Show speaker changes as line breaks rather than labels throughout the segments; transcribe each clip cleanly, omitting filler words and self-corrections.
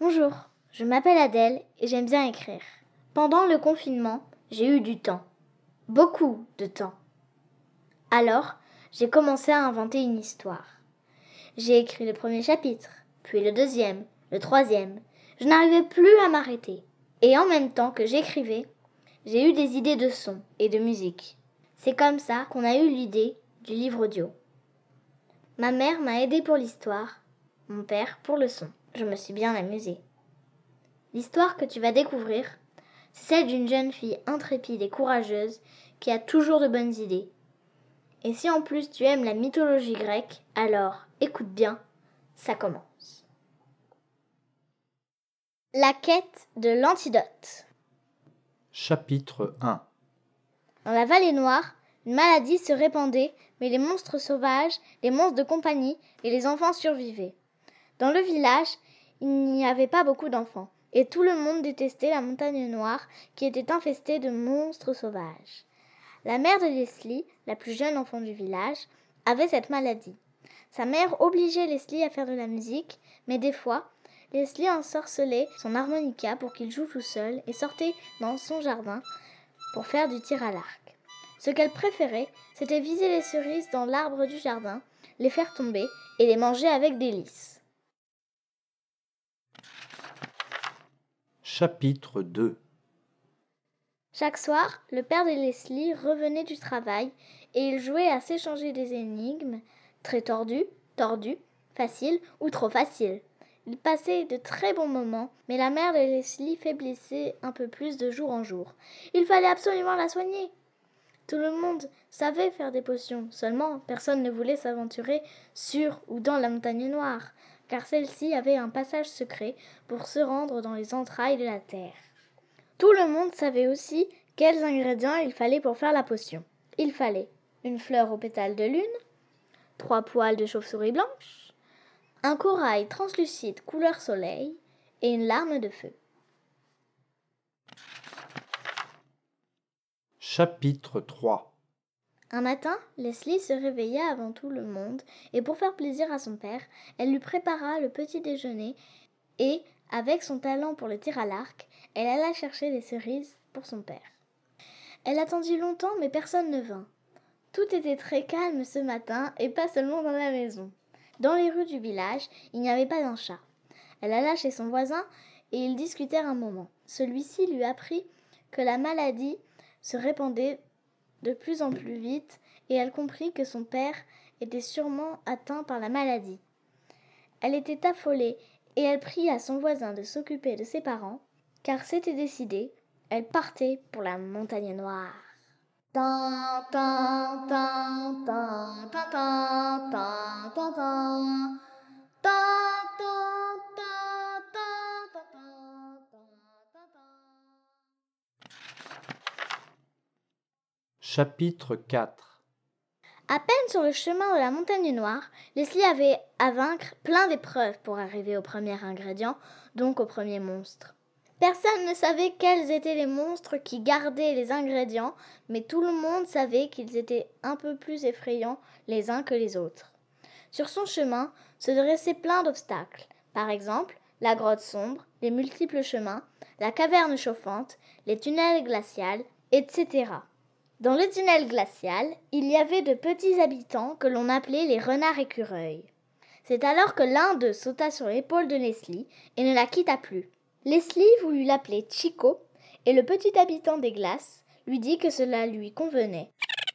Bonjour, je m'appelle Adèle et j'aime bien écrire. Pendant le confinement, j'ai eu du temps. Beaucoup de temps. Alors, j'ai commencé à inventer une histoire. J'ai écrit le premier chapitre, puis le deuxième, le troisième. Je n'arrivais plus à m'arrêter. Et en même temps que j'écrivais, j'ai eu des idées de sons et de musique. C'est comme ça qu'on a eu l'idée du livre audio. Ma mère m'a aidée pour l'histoire, mon père pour le son. Je me suis bien amusée. L'histoire que tu vas découvrir, c'est celle d'une jeune fille intrépide et courageuse qui a toujours de bonnes idées. Et si en plus tu aimes la mythologie grecque, alors écoute bien, ça commence. La quête de l'antidote.
Chapitre 1.
Dans la vallée noire, une maladie se répandait, mais les monstres sauvages, les monstres de compagnie et les enfants survivaient. Dans le village, il n'y avait pas beaucoup d'enfants, et tout le monde détestait la montagne noire qui était infestée de monstres sauvages. La mère de Leslie, la plus jeune enfant du village, avait cette maladie. Sa mère obligeait Leslie à faire de la musique, mais des fois, Leslie ensorcelait son harmonica pour qu'il joue tout seul et sortait dans son jardin pour faire du tir à l'arc. Ce qu'elle préférait, c'était viser les cerises dans l'arbre du jardin, les faire tomber et les manger avec délice.
Chapitre 2.
Chaque soir, le père de Leslie revenait du travail et il jouait à s'échanger des énigmes très tordues, faciles ou trop faciles. Il passait de très bons moments, mais la mère de Leslie faiblissait un peu plus de jour en jour. Il fallait absolument la soigner. Tout le monde savait faire des potions, seulement personne ne voulait s'aventurer sur ou dans la montagne noire, car celle-ci avait un passage secret pour se rendre dans les entrailles de la terre. Tout le monde savait aussi quels ingrédients il fallait pour faire la potion. Il fallait une fleur aux pétales de lune, 3 poils de chauve-souris blanche, un corail translucide couleur soleil et une larme de feu.
Chapitre 3.
Un matin, Leslie se réveilla avant tout le monde et pour faire plaisir à son père, elle lui prépara le petit déjeuner et, avec son talent pour le tir à l'arc, elle alla chercher des cerises pour son père. Elle attendit longtemps mais personne ne vint. Tout était très calme ce matin et pas seulement dans la maison. Dans les rues du village, il n'y avait pas un chat. Elle alla chez son voisin et ils discutèrent un moment. Celui-ci lui apprit que la maladie se répandait de plus en plus vite et elle comprit que son père était sûrement atteint par la maladie. Elle était affolée et elle pria son voisin de s'occuper de ses parents car c'était décidé, elle partait pour la montagne noire. Tan, tan, tan, tan, tan, tan, tan, tan, tan. Tan, tan, tan, tan, tan, tan, tan, tan.
Chapitre 4.
À peine sur le chemin de la montagne noire, Leslie avait à vaincre plein d'épreuves pour arriver au premier ingrédient, donc au premier monstre. Personne ne savait quels étaient les monstres qui gardaient les ingrédients, mais tout le monde savait qu'ils étaient un peu plus effrayants les uns que les autres. Sur son chemin se dressaient plein d'obstacles, par exemple la grotte sombre, les multiples chemins, la caverne chauffante, les tunnels glaciaux, etc. Dans le tunnel glacial, il y avait de petits habitants que l'on appelait les renards écureuils. C'est alors que l'un d'eux sauta sur l'épaule de Leslie et ne la quitta plus. Leslie voulut l'appeler Chico, et le petit habitant des glaces lui dit que cela lui convenait.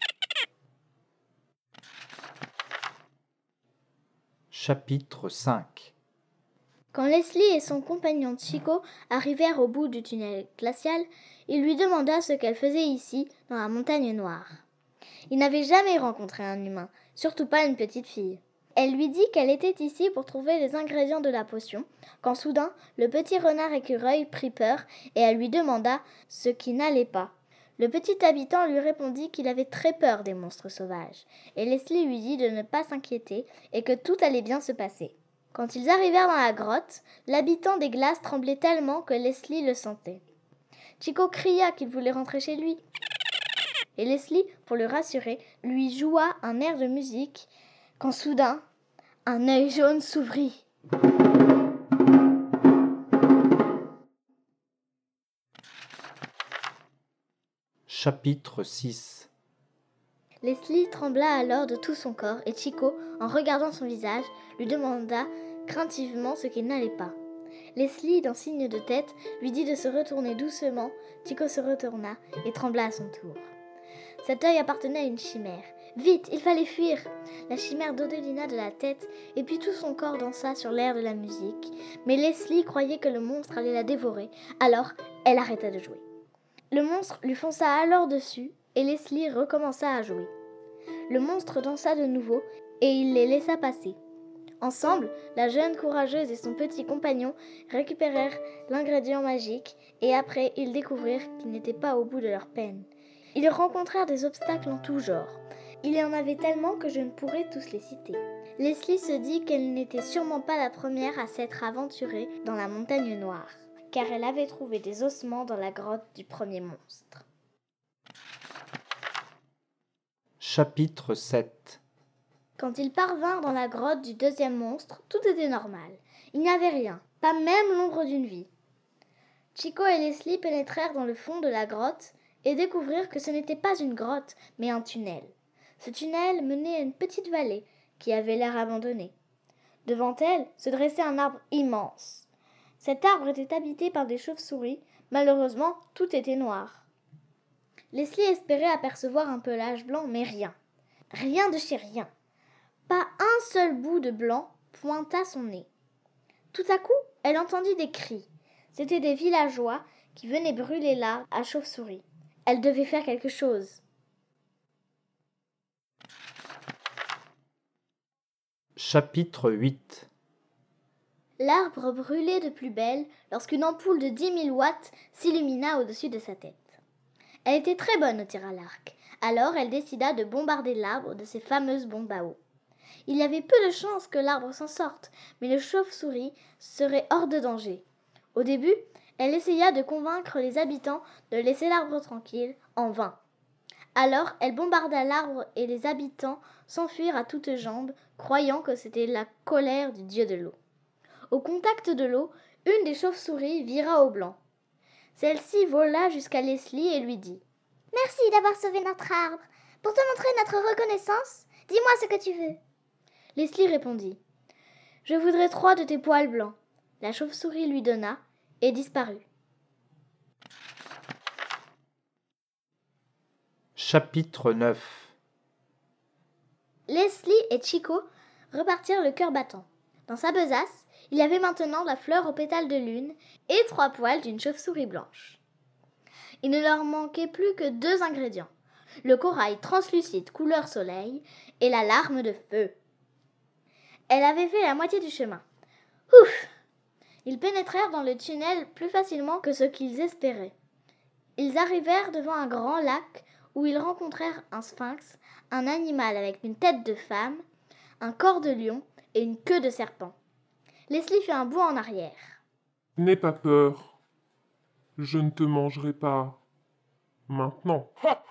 Chapitre 5.
Quand Leslie et son compagnon Chico arrivèrent au bout du tunnel glacial, il lui demanda ce qu'elle faisait ici, dans la montagne noire. Il n'avait jamais rencontré un humain, surtout pas une petite fille. Elle lui dit qu'elle était ici pour trouver les ingrédients de la potion, quand soudain, le petit renard écureuil prit peur et elle lui demanda ce qui n'allait pas. Le petit habitant lui répondit qu'il avait très peur des monstres sauvages, et Leslie lui dit de ne pas s'inquiéter et que tout allait bien se passer. Quand ils arrivèrent dans la grotte, l'habitant des glaces tremblait tellement que Leslie le sentait. Chico cria qu'il voulait rentrer chez lui. Et Leslie, pour le rassurer, lui joua un air de musique, quand soudain, un œil jaune s'ouvrit.
Chapitre 6.
Leslie trembla alors de tout son corps et Chico, en regardant son visage, lui demanda craintivement ce qui n'allait pas. Leslie, d'un signe de tête, lui dit de se retourner doucement. Chico se retourna et trembla à son tour. Cet œil appartenait à une chimère. Vite, il fallait fuir. La chimère dodelina de la tête et puis tout son corps dansa sur l'air de la musique. Mais Leslie croyait que le monstre allait la dévorer, alors elle arrêta de jouer. Le monstre lui fonça alors dessus et Leslie recommença à jouer. Le monstre dansa de nouveau et il les laissa passer. Ensemble, la jeune courageuse et son petit compagnon récupérèrent l'ingrédient magique et après ils découvrirent qu'ils n'étaient pas au bout de leur peine. Ils rencontrèrent des obstacles en tout genre. Il y en avait tellement que je ne pourrais tous les citer. Leslie se dit qu'elle n'était sûrement pas la première à s'être aventurée dans la montagne noire, car elle avait trouvé des ossements dans la grotte du premier monstre.
Chapitre 7.
Quand ils parvinrent dans la grotte du deuxième monstre, tout était normal. Il n'y avait rien, pas même l'ombre d'une vie. Chico et Leslie pénétrèrent dans le fond de la grotte et découvrirent que ce n'était pas une grotte, mais un tunnel. Ce tunnel menait à une petite vallée qui avait l'air abandonnée. Devant elle se dressait un arbre immense. Cet arbre était habité par des chauves-souris. Malheureusement, tout était noir. Leslie espérait apercevoir un pelage blanc, mais rien. Rien de chez rien. Pas un seul bout de blanc pointa son nez. Tout à coup, elle entendit des cris. C'étaient des villageois qui venaient brûler l'arbre à chauve-souris. Elle devait faire quelque chose.
Chapitre 8.
L'arbre brûlait de plus belle lorsqu'une ampoule de 10 000 watts s'illumina au-dessus de sa tête. Elle était très bonne au tir à l'arc. Alors elle décida de bombarder l'arbre de ses fameuses bombes à eau. Il y avait peu de chances que l'arbre s'en sorte, mais le chauve-souris serait hors de danger. Au début, elle essaya de convaincre les habitants de laisser l'arbre tranquille, en vain. Alors, elle bombarda l'arbre et les habitants s'enfuirent à toutes jambes, croyant que c'était la colère du dieu de l'eau. Au contact de l'eau, une des chauves-souris vira au blanc. Celle-ci vola jusqu'à Leslie et lui dit « Merci d'avoir sauvé notre arbre. Pour te montrer notre reconnaissance, dis-moi ce que tu veux. » Leslie répondit « Je voudrais 3 de tes poils blancs. » La chauve-souris lui donna et disparut.
Chapitre 9.
Leslie et Chico repartirent le cœur battant. Dans sa besace, il y avait maintenant la fleur aux pétales de lune et 3 poils d'une chauve-souris blanche. Il ne leur manquait plus que 2 ingrédients, le corail translucide couleur soleil et la larme de feu. Elle avait fait la moitié du chemin. Ouf! Ils pénétrèrent dans le tunnel plus facilement que ce qu'ils espéraient. Ils arrivèrent devant un grand lac où ils rencontrèrent un sphinx, un animal avec une tête de femme, un corps de lion et une queue de serpent. Leslie fit un bond en arrière.
« N'aie pas peur, je ne te mangerai pas maintenant. »«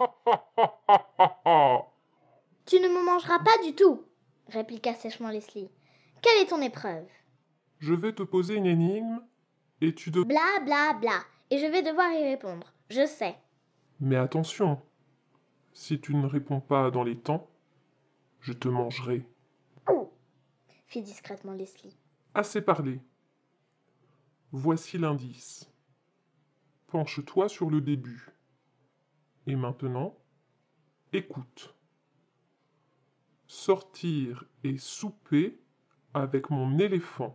Tu ne me mangeras pas du tout, répliqua sèchement Leslie. Quelle est ton épreuve?
Je vais te poser une énigme et tu devras...
Bla bla bla, et je vais devoir y répondre, je sais.
Mais attention, si tu ne réponds pas dans les temps, je te mangerai. »
Ouh, fit discrètement Leslie.
Assez parlé. Voici l'indice. Penche-toi sur le début. Et maintenant, écoute. Sortir et souper avec mon éléphant.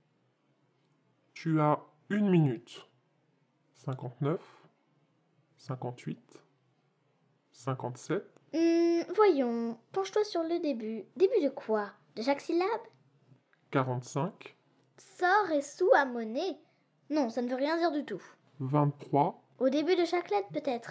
Tu as 1 minute. 59, 58, 57.
Voyons, penche-toi sur le début. Début de quoi? De chaque syllabe?
45,
Sors et sous à monnaie? Non, ça ne veut rien dire du tout.
23,
Au début de chaque lettre, peut-être.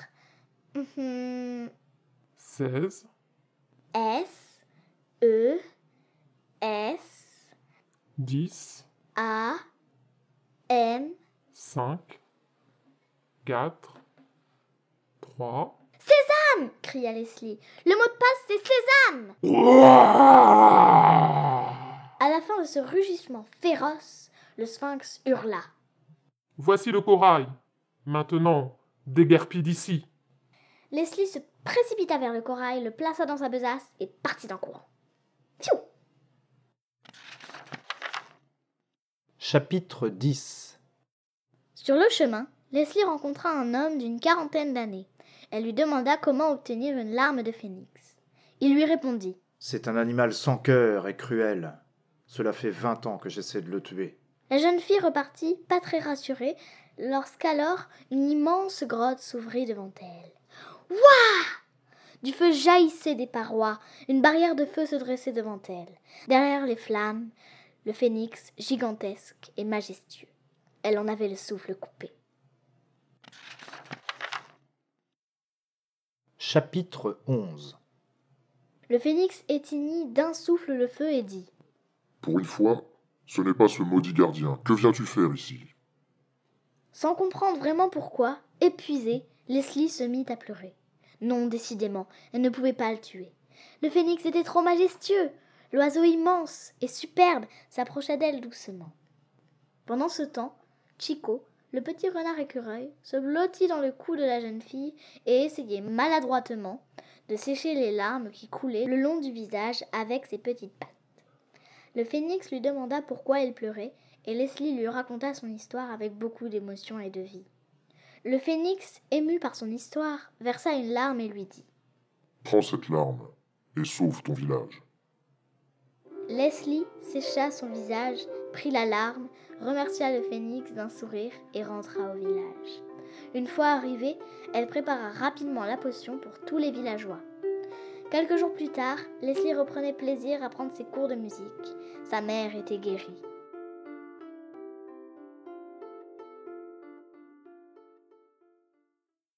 16,
S, E, S,
10,
A, M.
5, 4, 3.
Sésame! Cria Leslie. Le mot de passe, c'est sésame! À la fin de ce rugissement féroce, le sphinx hurla.
Voici le corail. Maintenant, déguerpis d'ici.
Leslie se précipita vers le corail, le plaça dans sa besace et partit en courant. Pfiou!
Chapitre 10.
Sur le chemin, Leslie rencontra un homme d'une 40aine d'années. Elle lui demanda comment obtenir une larme de phénix. Il lui répondit.
C'est un animal sans cœur et cruel. Cela fait 20 ans que j'essaie de le tuer.
La jeune fille repartit, pas très rassurée, lorsqu'alors une immense grotte s'ouvrit devant elle. Ouah! Du feu jaillissait des parois, une barrière de feu se dressait devant elle. Derrière les flammes, le phénix gigantesque et majestueux. Elle en avait le souffle coupé.
Chapitre 11.
Le phénix éteignit d'un souffle le feu et dit.
Pour une fois, ce n'est pas ce maudit gardien. Que viens-tu faire ici?
Sans comprendre vraiment pourquoi, épuisée, Leslie se mit à pleurer. Non, décidément, elle ne pouvait pas le tuer. Le phénix était trop majestueux. L'oiseau immense et superbe s'approcha d'elle doucement. Pendant ce temps, Chico, le petit renard écureuil, se blottit dans le cou de la jeune fille et essayait maladroitement de sécher les larmes qui coulaient le long du visage avec ses petites pattes. Le phénix lui demanda pourquoi elle pleurait et Leslie lui raconta son histoire avec beaucoup d'émotion et de vie. Le phénix, ému par son histoire, versa une larme et lui dit «
Prends cette larme et sauve ton village. »
Leslie sécha son visage, prit la larme, remercia le phénix d'un sourire et rentra au village. Une fois arrivée, elle prépara rapidement la potion pour tous les villageois. Quelques jours plus tard, Leslie reprenait plaisir à prendre ses cours de musique. Sa mère était guérie.